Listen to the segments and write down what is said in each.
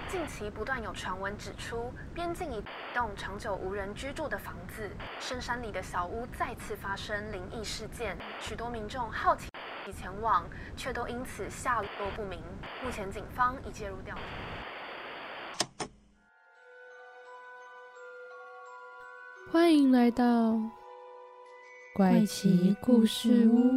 近期不断有传闻指出，边境一栋长久无人居住的房子，深山里的小屋再次发生灵异事件，许多民众好奇前往，却都因此下落不明。目前警方已介入调查。 欢迎来到怪奇故事屋。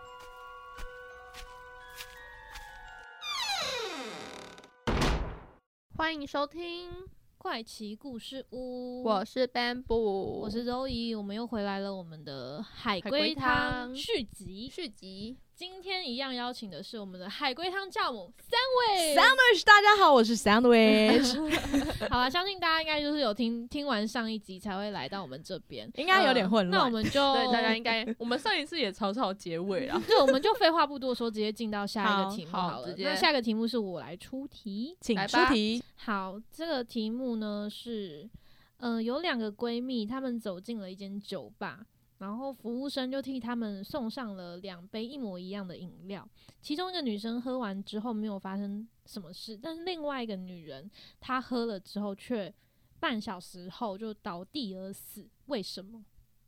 欢迎收听怪奇故事屋， 我是 Bamboo， 我是周怡，我们又回来了，我们的海龟汤续集。今天一样邀请的是我们的海龟汤教母 Sandwich， 大家好，我是 Sandwich。 好啦，相信大家应该就是有听完上一集才会来到我们这边， 应该有点混乱。 那我们就对大家应该，我们上一次也草草结尾了， 对，我们就废话不多说，直接进到下一个题目好了。 直接那下一个题目是我来出题， 请出题。 好，这个题目呢是，有2个闺蜜，她们走进了一间酒吧。然后服务生就替他们送上了2杯一模一样的饮料，其中一个女生喝完之后没有发生什么事，但是另外一个女人她喝了之后却半小时后就倒地而死，为什么？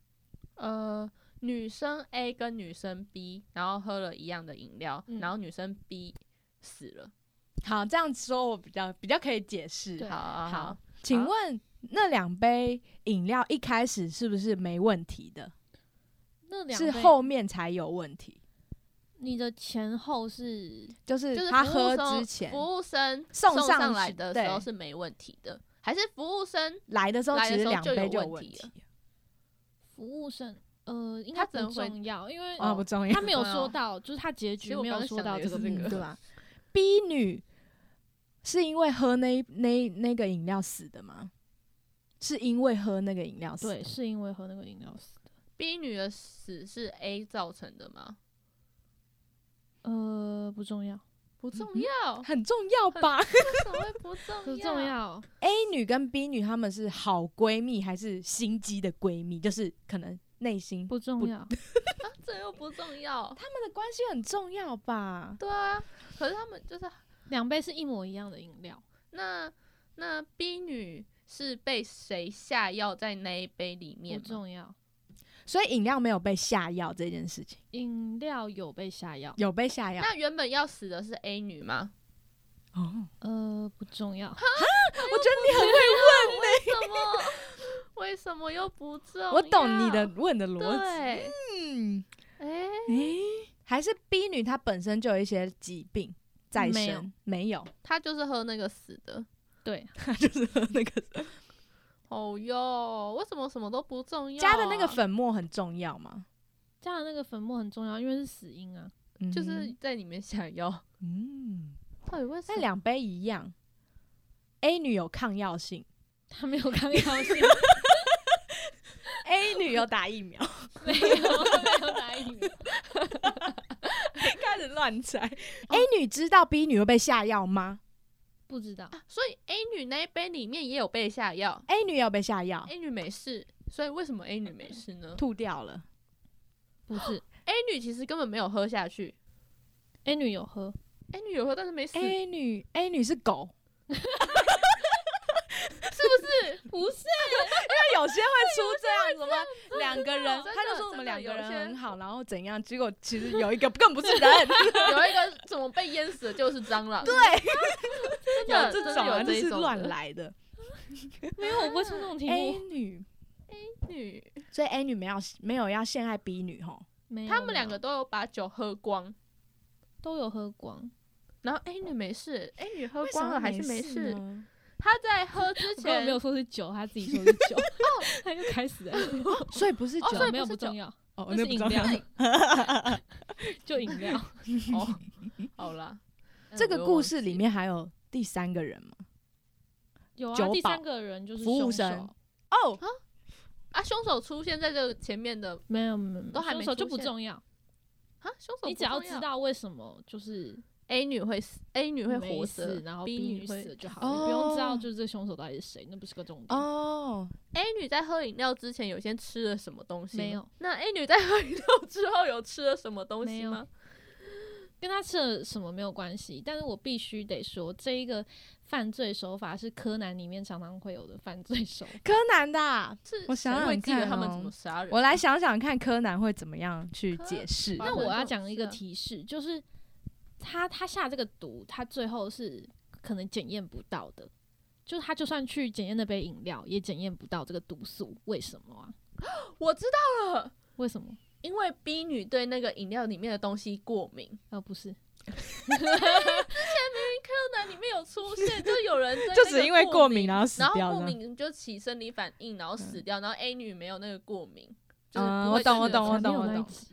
女生 A 跟女生 B， 然后喝了一样的饮料，然后女生 B 死了。 好，这样说我比较可以解释。 好， 请问那2杯饮料一开始是不是没问题的？ 那2杯是后面才有问题。 你的前后是就是他喝之前， 服务生送上来的时候是没问题的，还是服务生来的时候其实2杯就有问题了？ 服务生应该不重要，因为不重要， 他没有说到，就是他结局没有说到这个部分， 对吧？B 女是因为喝那个饮料死的吗？是因为喝那个饮料死的？ 对，是因为喝那个饮料死的。 B 女的死是 A 造成的吗？ 不重要， 不重要， 很重要吧？ 为什么会不重要？ 不重要。 A 女跟 B 女她们是好闺蜜还是心机的闺蜜？就是可能内心不重要， 这又不重要。 他们的关系很重要吧？ 对啊，可是他们就是 2杯是一模一样的饮料。 那 B 女是被谁下药在那一杯里面吗？ 不重要。 所以饮料没有被下药这件事情， 饮料有被下药， 有被下药。 那原本要死的是 A 女吗？ 不重要。 我觉得你很会问为什么又不重要？ 我懂你的问的逻辑。 还是 B 女她本身就有一些疾病在身？没有， 她就是喝那个死的。 对， 她就是喝那个。 哦哟，为什么什么都不重要？ 加的那个粉末很重要吗？ 加的那个粉末很重要，因为是死因啊， 就是在里面下药。到底为什么？ 那2杯一样 ，A 女有抗药性， 她没有抗药性。 A 女有打疫苗， 没有打疫苗。 开始乱猜。A 女知道 B 女会被下药吗？ 不知道， 所以 A 女那一杯里面也有被下药。 A 女也有被下药 ，A 女没事，所以为什么 A 女没事呢？ 吐掉了。 不是 A 女其实根本没有喝下去。 A 女有喝 ，A 女有喝，但是没死。 A 女是狗。 是不是？ 不是， 因为有些会出这样什么2个人，他就说我们2个人很好，然后怎样，结果其实有一个更不是人， 有一个怎么被淹死的就是蟑螂。 对， 有这种啊，就是乱来的。 没有，我不会出那种题目。 A 女，所以 A 女没有要陷害 B 女吼。 他们2个都有把酒喝光， 都有喝光， 然后 A 女没事，A 女喝光了还是没事。 呢？ 他在喝之前没有说是酒，他自己说是酒，他就开始了。 所以不是酒， 没有不重要， 那是饮料，就饮料。 好啦， 这个故事里面还有第3个人吗？ 有啊，第3个人就是服务生。 凶手出现在这个前面的没有， 都还没出现， 凶手就不重要啊。凶手你只要知道为什么就是。 A 女会死 ，A 女会活着， 然后 B 女死了就好了，你不用知道就是这凶手到底是谁，那不是个重点。 A 女在喝饮料之前有先吃了什么东西？ 没有。 那 A 女在喝饮料之后有吃了什么东西吗？ 跟他吃了什么没有关系，但是我必须得说，这一个犯罪手法是柯南里面常常会有的犯罪手法。 柯南的啊， 是我想想谁会记得看他们怎哦么杀人？ 我来想想看柯南会怎么样去解释。 那我要柯南讲一个提示，就是他下这个毒，他最后是可能检验不到的，就是他就算去检验那杯饮料，也检验不到这个毒素，为什么啊？ 我知道了， 为什么？ 因为 B 女对那个饮料里面的东西过敏。 不是， 柯南里面有出现，就有人对就只因为过敏敏然后死掉然后过的敏就起生理反应，然后死掉，然后 A 女没有那个过敏。就是不我懂， 会吃我懂， 的我懂， 没有我懂。 那一集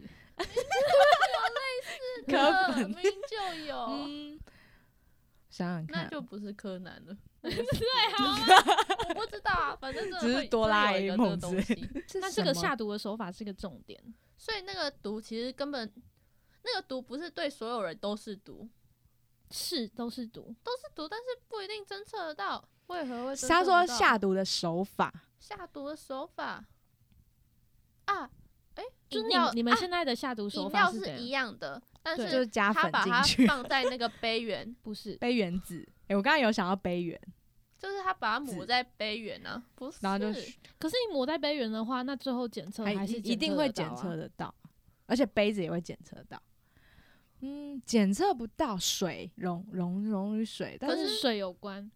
柯粉明明就有， 想想看， 那就不是柯南了。 对，好啊。 我不知道啊，反正真的只是会哆啦会有一 A 个梦这个之类东西。 那这个下毒的手法是个重点， 所以那个毒其实根本，那个毒不是对所有人都是毒， 都是毒。 都是毒，但是不一定侦测得到。为何会侦测他说不到下毒的手法， 下毒的手法啊？ 就是饮料你们现在的下毒手饮法是怎样料是一样的，但对就是是加粉他把它进去， 放在那个杯缘， 不是？ 杯原子。我刚刚有想到杯原， 就是他把它抹在杯缘啊，不是？ 然后就可是你抹在杯缘的话，那最后检测还是一定会检测得到，而且杯子也会检测到。检测不到水溶于水，但是跟水有关，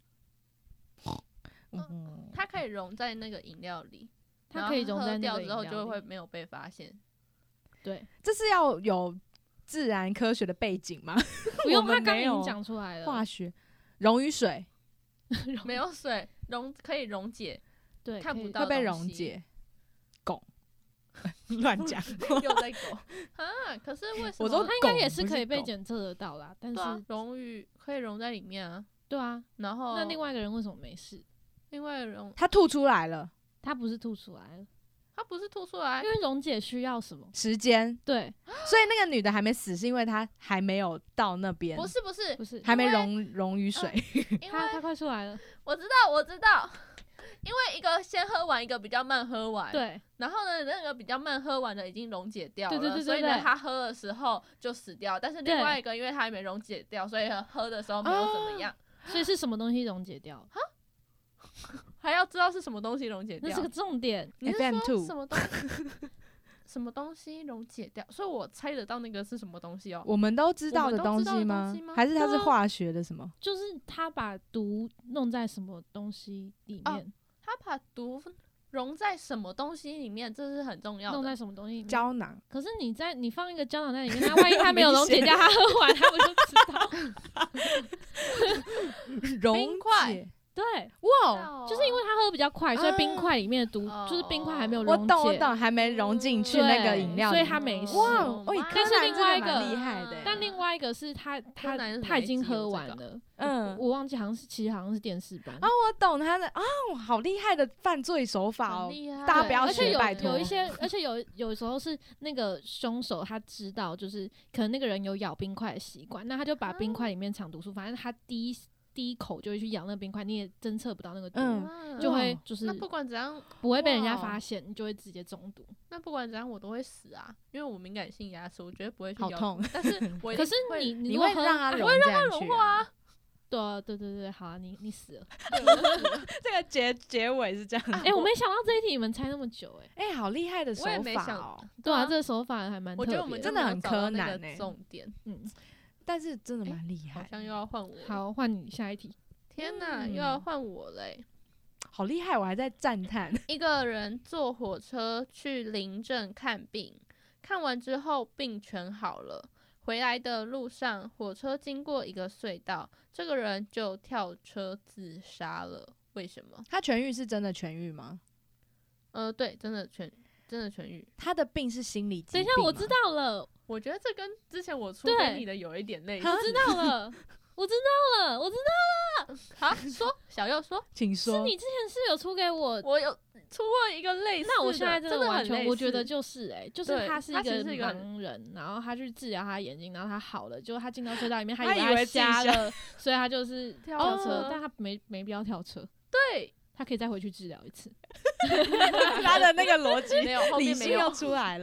它可以溶在那个饮料里， 它可以融在那掉个饮料之后就会里。 没有被发现。 对， 这是要有自然科学的背景吗？ 不用， 我们他刚已经没有讲出来了。 化学溶于水没有水可以溶解， 对，可以看不到会被东西溶解，汞乱讲。 又在狗啊！可是为什么？ 我说它应该也汞不是是可以被汞检测得到啦，但对啊是， 可以溶在里面啊。 对啊， 然后那另外一个人为什么没事？ 另外溶， 它吐出来了， 他不是吐出来了， 它不是吐出来因，为溶解需要什么？ 时间， 对， 所以那个女的还没死，是因为她还没有到那边， 不是， 不是， 还没溶于水。 因他为快出来了。 我知道，因为一个先喝完，一个比较慢喝完，， 对， 然后呢，那个比较慢喝完的已经溶解掉了， 对所以呢， 对他喝的时候就死掉，但是另外一个因为他还没溶解掉，所以喝的时候没有怎么样， 所以是什么东西溶解掉？ 还要知道是什么东西溶解掉那是个。重点。 你是 FM2 说什么东什么东西溶解掉？所以我猜得到那个是什么东西哦。 我们都知道的东我们都知道的吗东西吗？ 还是它是对啊化学的什么？ 就是他把毒弄在什么东西里哦面， 他把毒溶在什么东西里面，这是很重要的。 弄在什么东西里面？ 胶囊。 可是你放一个胶囊在里面，它万一它没有溶解掉，它喝完它不就知道？ 溶冰块解对， 哇， 就是因为它喝得比较快，所以冰块里面的毒哦就是冰块还没有我溶解。 懂我懂，还没融进去那个饮料里所以面， 它没事。 哇， 哦哦， 但是另外一个蛮厉害的耶， 但另外一个是他南是哪他已一集有经喝完这个了， 嗯我忘记其实好像是电视版。 我懂他的好厉害的犯罪手法哦， 很厉害， 大家不要而且学拜托有一些，而且有时候是那个凶手他知道，就是可能那个人有咬冰块的习惯，那他就把冰块里面藏毒素，反正他第一口就会去咬那个冰块，你也侦测不到那个毒， 嗯就会哇就是那不管怎样， 不会被人家哇发现，你就会直接中毒。 那不管怎样我都会死啊，因为我敏感性牙齿，我绝对不会去咬好痛， 但是我一定可是会你你如果喝会让它融进去化啊。 对啊对对对，好啊，你死了。 这个结尾是这样子， 哎，我没想到这一题你们猜那么久，哎， 好厉害的手我也没想法哦， 对啊，这个手法还蛮特别的。 我觉得我们真的很柯那个南欸重点， 但是真的蛮厉害， 好像又要换我了。 好，换你下一题。 天哪，又要换我嘞！ 好厉害，我还在赞叹。 一个人坐火车去邻镇看病，看完之后病全好了。回来的路上，火车经过一个隧道，这个人就跳车自杀了。为什么？ 他痊愈是真的痊愈吗？ 对，真的痊愈。 他的病是心理疾病吗。 等一下，我知道了， 我觉得这跟之前我出对给你的有一点类似。 我知道了，我知道了，我知道。 好，说小右说， 请说。 你之前是有出给我， 我有出过一个类似的， 那我现在真的完全， 很类似我觉得就是就是对他是他其实是一个盲人，然后他去治疗他的眼睛，然后他好了，结果他进到隧道里面， 他以以他为自己瞎瞎了，所以他就是跳车车， 但他没必要跳车， 对， 他可以再回去治疗一次。 他的那个逻辑没有后理面没有性又出来了。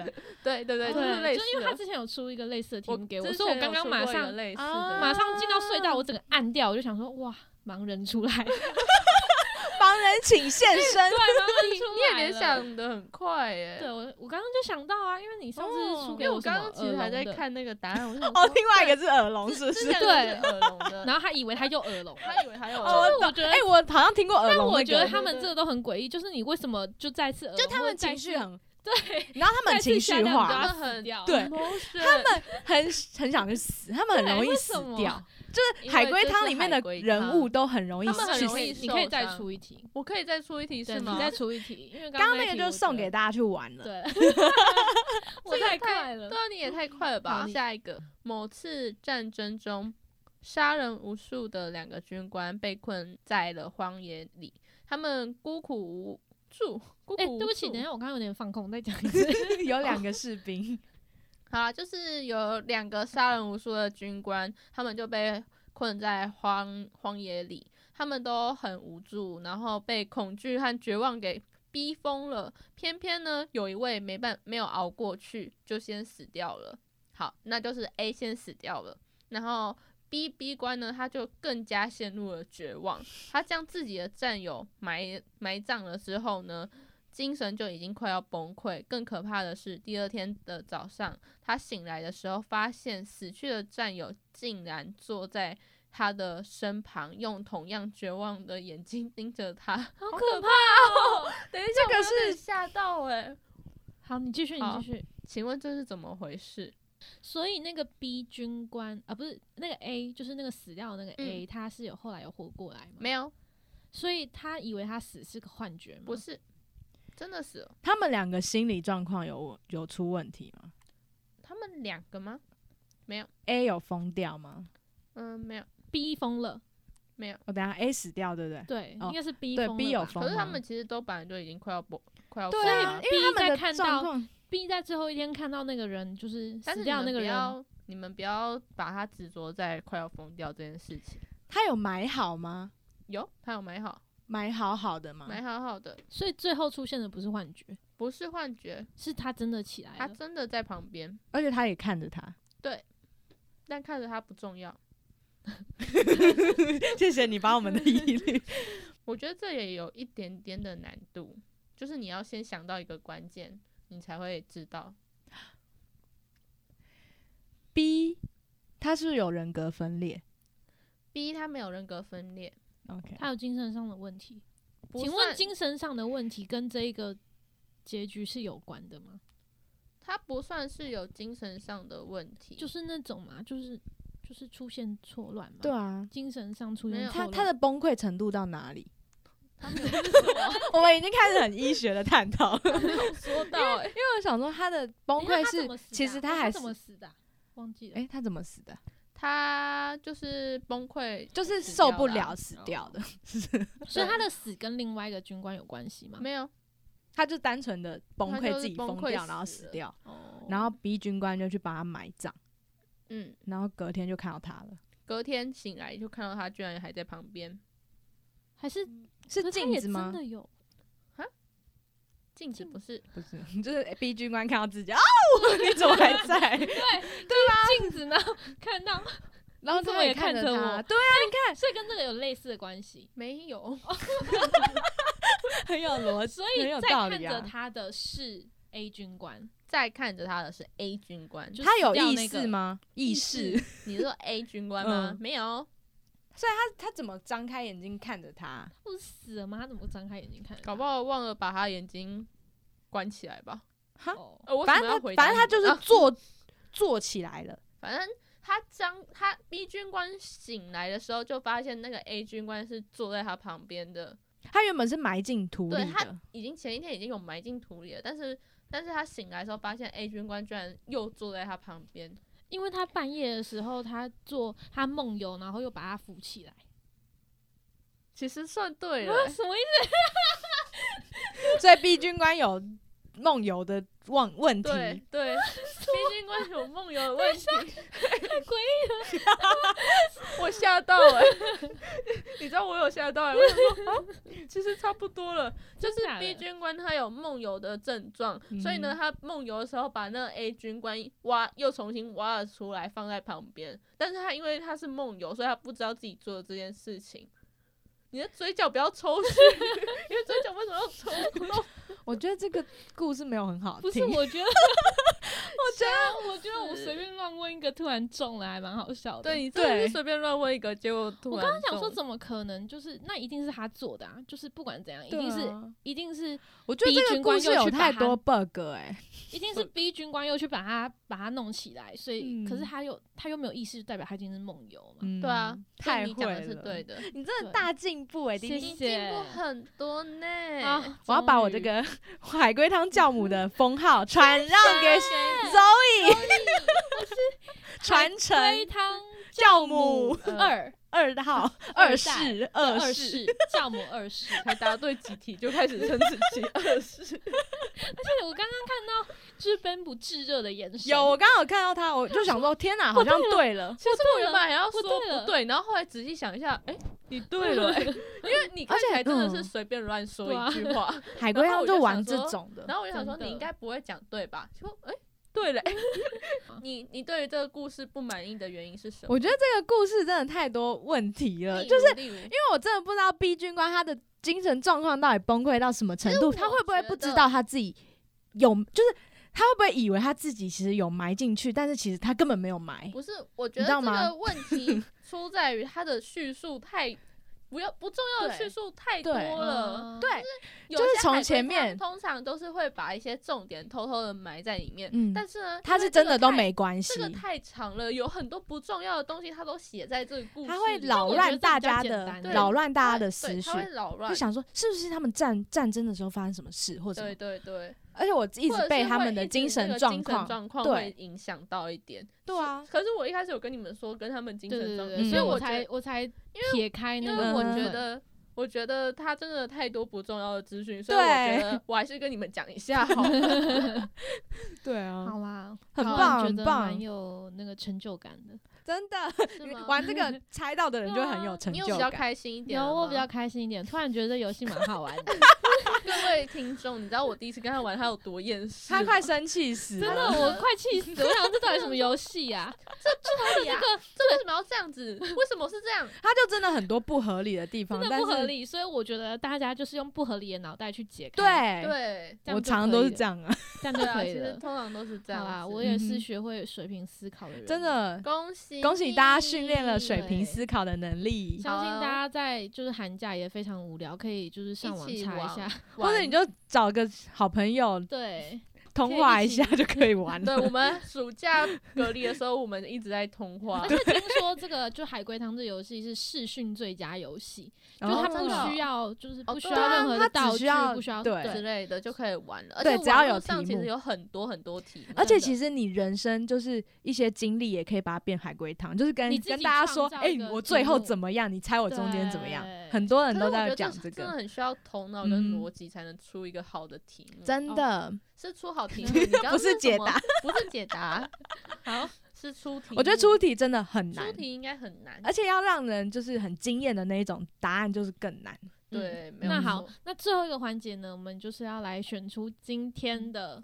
对，就是对， 类似就因为他的。 之前有出一个类似的题我目给我， 之所以我前有出刚刚马上过一个类似啊的， 马上进到隧道，我整个按掉，我就想说哇，盲人出来，对， 帮人请现身。 盲人出你也联来了。 想的很快耶。 对我刚刚就想到啊，因为你上次出因为我给什么刚刚其实还在耳聋的， 看那个答案，我想哦， 说另外一个是耳聋，是不是？ 之前对是耳聋的， 然后他以为他就耳聋， 他以为还有哦， 耳聋， 我觉得哎，我好像听过耳但聋那个， 我觉得他们这个都很诡异，就是你为什么就再次耳聋， 就他们或者再次情绪很， 对， 然后他们很情绪再次下降化， 你就要他们很死掉， 对他们很想去死，他们很容易死对为什么掉。就是海龟汤里面的人物都很容易他们很去容易死。 你可以再受伤出一题， 我可以再出一题对， 是吗？ 你再出一题，因为刚刚那那个就送给大家去玩了。 对，我太快了对，啊，你也太快了吧！ 好下一个，某次战争中，杀人无数的2个军官被困在了荒野里，他们孤苦无助。 哎，对不起，等一下我刚刚有点放空，再讲一次。 有2个士兵， 好啦，就是有2个杀人无数的军官，他们就被困在荒野里，他们都很无助，然后被恐惧和绝望给逼疯了。偏偏呢，有一位没有熬过去，就先死掉了。好，那就是 A 先死掉了，然后 B 官呢，他就更加陷入了绝望。他将自己的战友埋葬了之后呢，精神就已经快要崩溃。更可怕的是，第2天的早上，他醒来的时候，发现死去的战友竟然坐在他的身旁，用同样绝望的眼睛盯着他。 好可怕哦！ 等一下， 这个我有点是吓到哎、 好，你继续，你好继续。 请问这是怎么回事？ 所以那个 B 军官啊，不是那个 A，就是那个死掉的那个 A，他是后来有活过来吗？ 没有， 所以他以为他死是个幻觉吗？ 不是，真的死了。 他们2个心理状况有出问题吗他们2个吗？没有， ？A 有疯掉吗？ 没有， B 疯了， 没有。 我等一下 A 死掉，对不对？ 对， 哦应该是 B 对疯了 B 有吧疯吗可是他们其实都本来就已经快要对啊， 疯了， 因为他 B 在们的看到状况， B 在最后一天看到那个人，就是死但是掉那个人， 你们不要把他执着在快要疯掉这件事情。 他有埋好吗？ 他有买好， 埋好好的吗？ 买好好的， 所以最后出现的不是幻觉， 不是幻觉， 是他真的起来他了。 真的在旁边， 而且他也看着他。 但看着他不重要。 谢谢你把我们的疑虑。 我觉得这也有一点点的难度，就是你要先想到一个关键，你才会知道。 B 他是不是有人格分裂 B 他没有人格分裂， ？OK， 他有精神上的问题， 不请问算精神上的问题跟这一个结局是有关的吗？ 他不算是有精神上的问题， 就是那种嘛，就是出现错乱嘛。 对啊， 精神上出没有现错乱。 他的崩溃程度到哪里？ 他没有说， 我们已经开始很医学的探讨了。 他没有说到、欸， 因为我想说他的崩等一下溃是，其实他还是怎么死的啊？忘记了。 哎、他怎么死的？ 他就是崩溃， 就是死掉了受不了死掉的， 所以他的死跟另外一个军官有关系吗？ 没有， 他就单纯的崩他就是溃自己疯掉， 崩溃死然后死了掉， 哦然后 B 军官就去把他埋葬， 嗯， 然后隔天就看到他了， 隔天醒来就看到他居然还在旁边， 还是是可他也镜子吗真？的有， 镜子不是， 不是，就是 B 军官看到自己，哦，你怎么还在？ 镜子呢？看到， 然后你怎么也看他， 看着我对啊， 所以跟这个有类似的关系。 没有， 很有逻辑， 所以很有在看着道理啊。 他的是 A 军官， 再看着他的是 A 军官， 就他有意死掉那个识吗？意识， 你是说 A 军官吗？ 嗯没有， 他怎么张开眼睛看着他？ 不是死了吗？他怎么张开眼睛看着他？ 搞不好忘了把他眼睛关起来吧。 哈， 哦我反正怎么要回答反正他就是你啊坐起来了。 反正他 B 军官醒来的时候，就发现那个 A 军官是坐在他旁边的。 他原本是埋进土对他里的， 前一天已经有埋进土里了，但是他醒来的时候，发现 A 军官居然又坐在他旁边。 因为他半夜的时候，他梦游，然后又把他扶起来。 其实算对了、 啊，什么意思？ 所以 B 军官有梦游的问题。 对对，毕竟关有梦游的问题， 太诡异了。 我吓到你知道我有吓到我想说其实差不多了，就是 B 军官他有梦游的症状，所以呢，他梦游的时候把那个 A 军官又重新挖了出来放在旁边，但是他因为他是梦游，所以他不知道自己做的这件事情。你的嘴角不要抽搐，你的嘴角为什么要抽动？ 我觉得这个故事没有很好听。 不是，我觉得我随便乱问一个，突然中了，还蛮好笑的。 对，你真的是随便乱问一个，结果突然中。 我刚刚想说，怎么可能？就是那一定是他做的啊！就是不管怎样，一定是。 我觉得这个故事有太多 bug 一定是 B 军官又去把他弄起来，所以可是他又没有意识，代表他已经是梦游嘛。 对啊， 太你讲的是对的， 你真的大进步谢谢， 进步很多呢。 我要把我这个海龟汤教母的封号传让给 Zoe， 传承海龟汤教母 2 号二世教母2世， 才答对几题就开始称自己2世。 而且我刚刚看到就是奔不炙热的眼神， 有我刚刚有看到他，我就想说天哪，好像对了。 其实我原本还要说不对，然后后来仔细想一下，你对了，因为你看起来真的是随便乱说一句话。 海龟汤就玩这种的， 然后我就想说你应该不会讲对吧？说对了，你对于这个故事不满意的原因是什么？ 我觉得这个故事真的太多问题了，就是因为我真的不知道 B 军官他的精神状况到底崩溃到什么程度，他会不会不知道他自己有，就是他会不会以为他自己其实有埋进去，但是其实他根本没有埋？ 不是，我觉得这个问题出在于他的叙述太。不重要的叙述太多了， 对， 就是从前面通常都是会把一些重点偷偷的埋在里面，但是呢， 他是真的都没关系， 这个太长了，有很多不重要的东西他都写在这个故事里， 他会扰乱大家的思绪， 他会扰乱， 就想说是不是他们战争的时候发生什么事，或者对。 而且我一直被他们的精神状况会影响到一点。 对啊， 可是我一开始有跟你们说跟他们精神状况， 所以我才撇开那个， 因为我觉得他真的太多不重要的资讯，所以我觉得我还是跟你们讲一下好了。 对啊， 好啦， 很棒， 觉得蛮有那个成就感的。 真的，玩这个猜到的人就会很有成就感。 你有比较开心一点？ 有，我比较开心一点。突然觉得这游戏蛮好玩的。 各位听众，你知道我第一次跟他玩，他有多厌世？ 他快生气死了， 真的，我快气死了！我想这到底什么游戏啊？ 这哪里啊？这为什么要这样子？为什么是这样？ 他就真的很多不合理的地方， 真的不合理。所以我觉得大家就是用不合理的脑袋去解开。 对， 我常常都是这样啊， 这样就可以了。 其实通常都是这样。 好啦，我也是学会水平思考的人， 真的恭喜大家训练了水平思考的能力。 相信大家在就是寒假也非常无聊，可以就是上网查一下， 或者你就找个好朋友， 对， 通话一下就可以玩了。 对，我们暑假隔离的时候，我们一直在通话。 而且听说这个就海龟汤这游戏是视讯最佳游戏，就它不需要就是不需要任何的道具，不需要之类的就可以玩了。 对，只要有题目， 其实有很多很多题目。 而且其实你人生就是一些经历，也可以把它变海龟汤，就是跟大家说，我最后怎么样，你猜我中间怎么样。很多人都在讲这个， 真的很需要头脑跟逻辑才能出一个好的题目。 真的是出好题目，你刚刚不是解答， 不是解答，好是出题。 我觉得出题真的很难， 出题应该很难， 而且要让人就是很惊艳的那一种答案，就是更难。 对， 那好，那最后一个环节呢，我们就是要来选出今天的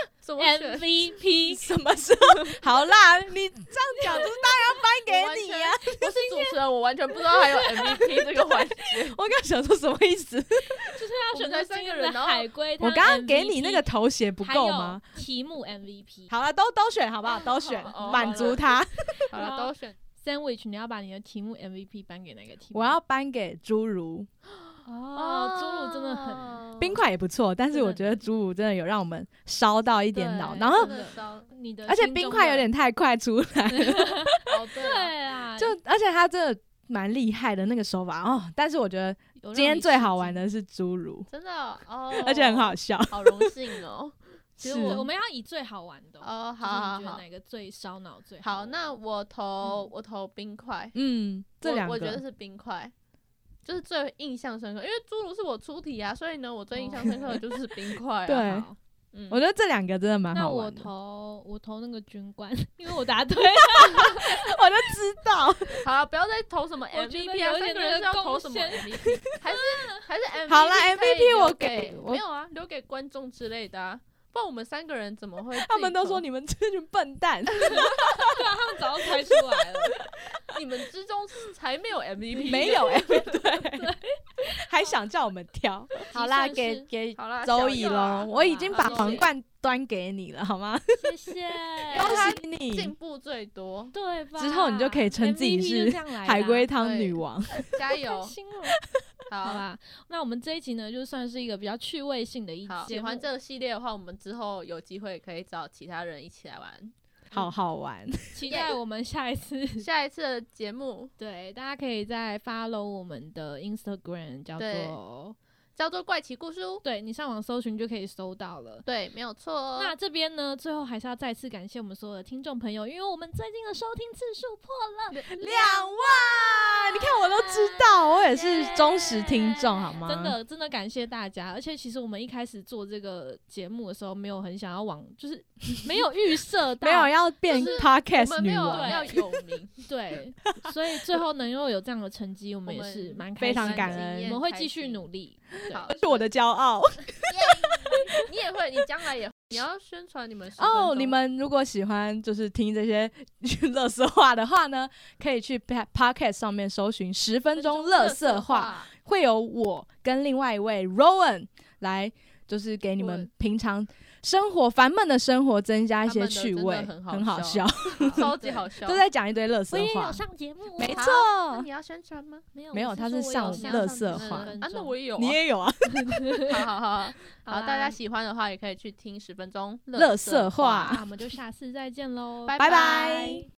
MVP。 什么时候？好啦，你这样讲就是当然要颁给你啊！ 我是主持人，我完全不知道还有 MVP 这个环节。 我刚想说什么意思？ 就是要选出今天的海龟汤。 我刚刚给你那个头衔不够吗？ 题目 MVP。 好了，都选好不好？都选，满足他。 好了，都选。 Sandwich， 你要把你的题目 MVP 颁给哪个题目？ 我要颁给侏儒。 侏儒真的很， 冰块也不错，但是我觉得侏儒真的有让我们烧到一点脑，然后而且冰块有点太快出来了。 对啊， 而且他真的蛮厉害的那个手法哦。但是我觉得今天最好玩的是侏儒， 真的哦， 而且很好笑， 好荣幸哦。 其实我们要以最好玩的好， 你觉得哪个最烧脑最好？那我投冰块， 这两个我觉得是冰块。就是最印象深刻，因为侏儒是我出题啊，所以呢，我最印象深刻的就是冰块啊。 对， 我觉得这2个真的蛮那我好玩的。 投那个军官，因为我答对。 我就知道， 好了，不要再投什么我觉得 MVP 啊， 有点 3个人是要投什么那个 MVP？还是 MVP？ 好啦可以 MVP 我留给我没有啊，留给观众之类的啊，不然我们3个人怎么会？ 他们都说你们这群笨蛋。 对啊，他们早就猜出来了。 你们之中才没有 MVP， 没有对，还想叫我们挑。好啦，给好啦， 周乙小佑啊咯，我已经把好啦皇冠端给你了，好吗？ 谢谢。 恭他喜你进，步最多， 对吧？ 之后你就可以称自己 MVP 是就这样来的啊海龟汤女王。 加油！ 开心哦。 好好啦，那我们这一集呢，就算是一个比较趣味性的一好， 集。 喜欢这个系列的话，我们之后有机会可以找其他人一起来玩。 好好玩。 期待我们下一次。 下一次的节目对，大家可以再 follow 我们的 Instagram，叫做怪奇故事屋， 对，你上网搜寻就可以搜到了。 对，没有错哦。 那这边呢，最后还是要再次感谢我们所有的听众朋友，因为我们最近的收听次数破了 2万，你看我都知道，我也是忠实听众，好吗？ 真的感谢大家。而且其实我们一开始做这个节目的时候，没有很想要就是没有预设到， 没有要变我 podcast 们没有女王， 要有名， 对，所以最后能够有这样的成绩，我们也是蛮开心的非常感恩我们会继续努力。 好， 是我的骄傲。 你也会，你将来也你要宣传你们10分哦， 钟你们如果喜欢就是听这些垃圾话的话呢，可以去 Podcast 上面搜寻10分钟垃圾话，会有我跟另外一位 Rowan 来，就是给你们平常生活烦闷的生活增加一些趣味，很好笑， 超级好笑， 都在讲一堆垃我也圾话有。上节目， 没那错， 你要宣传吗？ 没有他是上垃圾话啊，那我也有啊， 你也有啊。 好， 好大家喜欢的话也可以去听10分钟垃圾话那我们就下次再见喽， 拜拜。